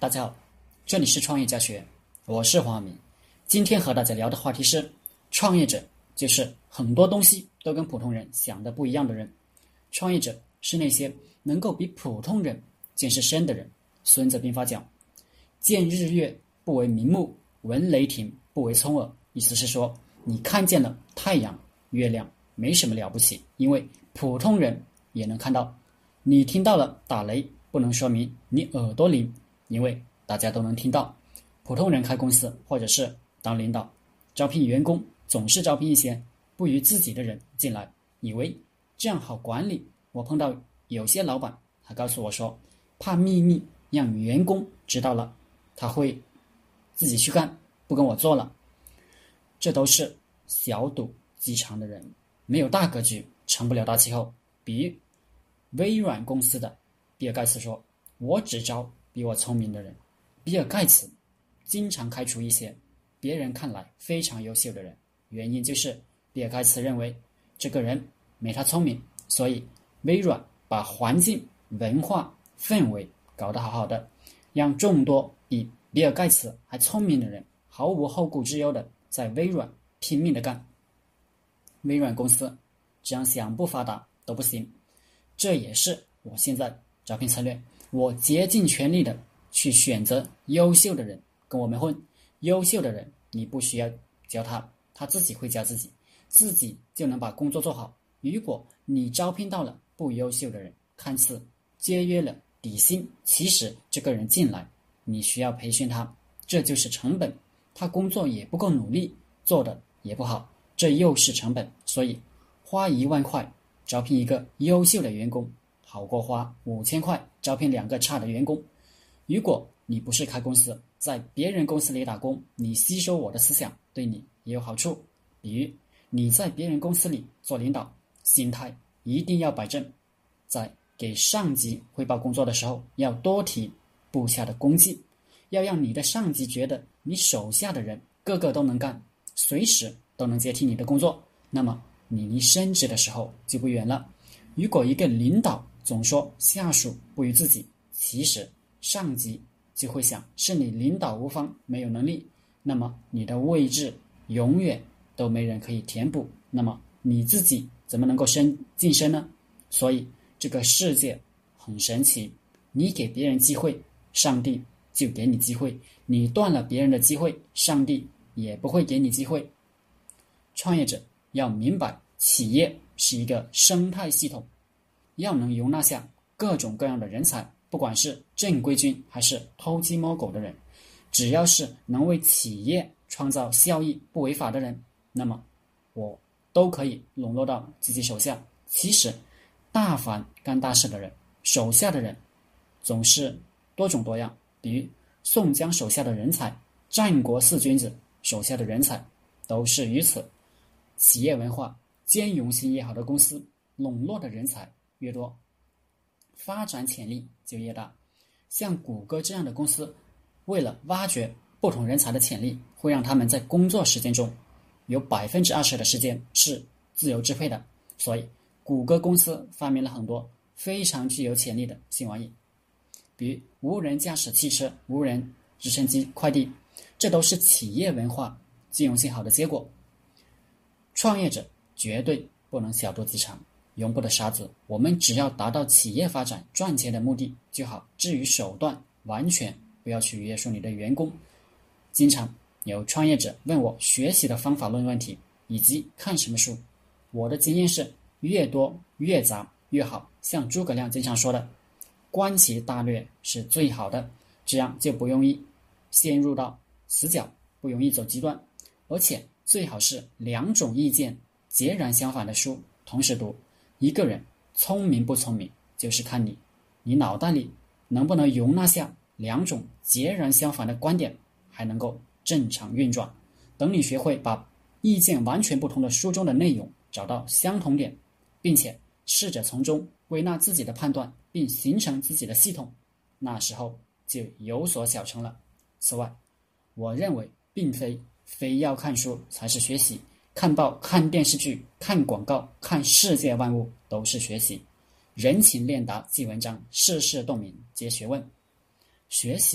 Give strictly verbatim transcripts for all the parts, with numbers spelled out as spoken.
大家好，这里是创业家学，我是黄晓明。今天和大家聊的话题是，创业者就是很多东西都跟普通人想的不一样的人。创业者是那些能够比普通人见识深的人。孙子兵法讲，见日月不为明目，闻雷霆不为聪耳。意思是说，你看见了太阳、月亮没什么了不起，因为普通人也能看到。你听到了打雷，不能说明你耳朵灵，因为大家都能听到。普通人开公司或者是当领导，招聘员工总是招聘一些不如自己的人进来，以为这样好管理。我碰到有些老板还告诉我说，怕秘密让员工知道了，他会自己去干，不跟我做了。这都是小赌鸡肠的人，没有大格局，成不了大气候。比如微软公司的比尔盖茨说，我只招比我聪明的人。比尔盖茨经常开除一些别人看来非常优秀的人，原因就是比尔盖茨认为这个人没他聪明，所以微软把环境、文化、氛围搞得好好的，让众多比比尔盖茨还聪明的人毫无后顾之忧的在微软拼命的干。微软公司这样想不发达都不行，这也是我现在招聘策略，我竭尽全力的去选择优秀的人跟我们混。优秀的人你不需要教他，他自己会教自己，自己就能把工作做好。如果你招聘到了不优秀的人，看似节约了底薪，其实这个人进来你需要培训他，这就是成本，他工作也不够努力，做的也不好，这又是成本。所以花一万块招聘一个优秀的员工，好过花五千块招聘两个差的员工。如果你不是开公司，在别人公司里打工，你吸收我的思想对你也有好处。比如你在别人公司里做领导，心态一定要摆正，在给上级汇报工作的时候要多提部下的功绩，要让你的上级觉得你手下的人个个都能干，随时都能接替你的工作，那么你离升职的时候就不远了。如果一个领导总说下属不如自己，其实上级就会想是你领导无方，没有能力，那么你的位置永远都没人可以填补，那么你自己怎么能够升晋升呢？所以这个世界很神奇，你给别人机会，上帝就给你机会，你断了别人的机会，上帝也不会给你机会。创业者要明白，企业是一个生态系统，要能容纳下各种各样的人才，不管是正规军还是偷鸡摸狗的人，只要是能为企业创造效益、不违法的人，那么我都可以笼络到自己手下。其实大凡干大事的人，手下的人总是多种多样，比如宋江手下的人才，战国四君子手下的人才都是如此。企业文化兼容性越好的公司，笼络的人才越多，发展潜力就越大。像谷歌这样的公司，为了挖掘不同人才的潜力，会让他们在工作时间中有百分之二十的时间是自由支配的。所以谷歌公司发明了很多非常具有潜力的新玩意，比如无人驾驶汽车、无人直升机快递，这都是企业文化兼容性好的结果。创业者绝对不能小肚鸡肠，容不得傻子，我们只要达到企业发展赚钱的目的就好，至于手段完全不要去约束你的员工。经常有创业者问我学习的方法论问题以及看什么书，我的经验是越多越杂越好，像诸葛亮经常说的，观其大略是最好的，这样就不容易陷入到死角，不容易走极端。而且最好是两种意见截然相反的书同时读。一个人聪明不聪明，就是看你你脑袋里能不能容纳下两种截然相反的观点，还能够正常运转。等你学会把意见完全不同的书中的内容找到相同点，并且试着从中归纳自己的判断，并形成自己的系统，那时候就有所小成了。此外，我认为并非非要看书才是学习，看报、看电视剧、看广告、看世界万物都是学习。人情练达即文章，事事洞明皆学问。学习是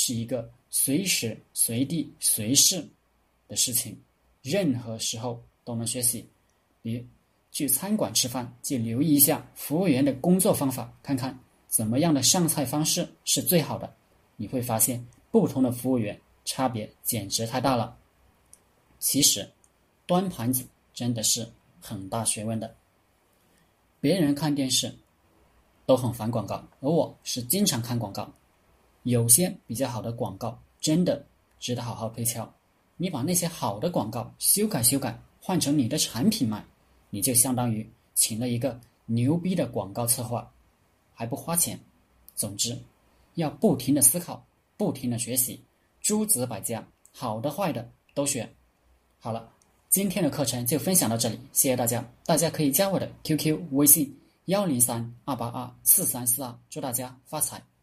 是一个随时随地随事的事情，任何时候都能学习。比如去餐馆吃饭，就留意一下服务员的工作方法，看看怎么样的上菜方式是最好的。你会发现不同的服务员差别简直太大了。其实端盘子真的是很大学问的。别人看电视都很烦广告，而我是经常看广告。有些比较好的广告真的值得好好推敲。你把那些好的广告修改修改，换成你的产品卖，你就相当于请了一个牛逼的广告策划，还不花钱。总之，要不停的思考，不停的学习，诸子百家，好的坏的都学。好了，今天的课程就分享到这里，谢谢大家。大家可以加我的 Q Q 微信幺零三二八二四三四二，祝大家发财。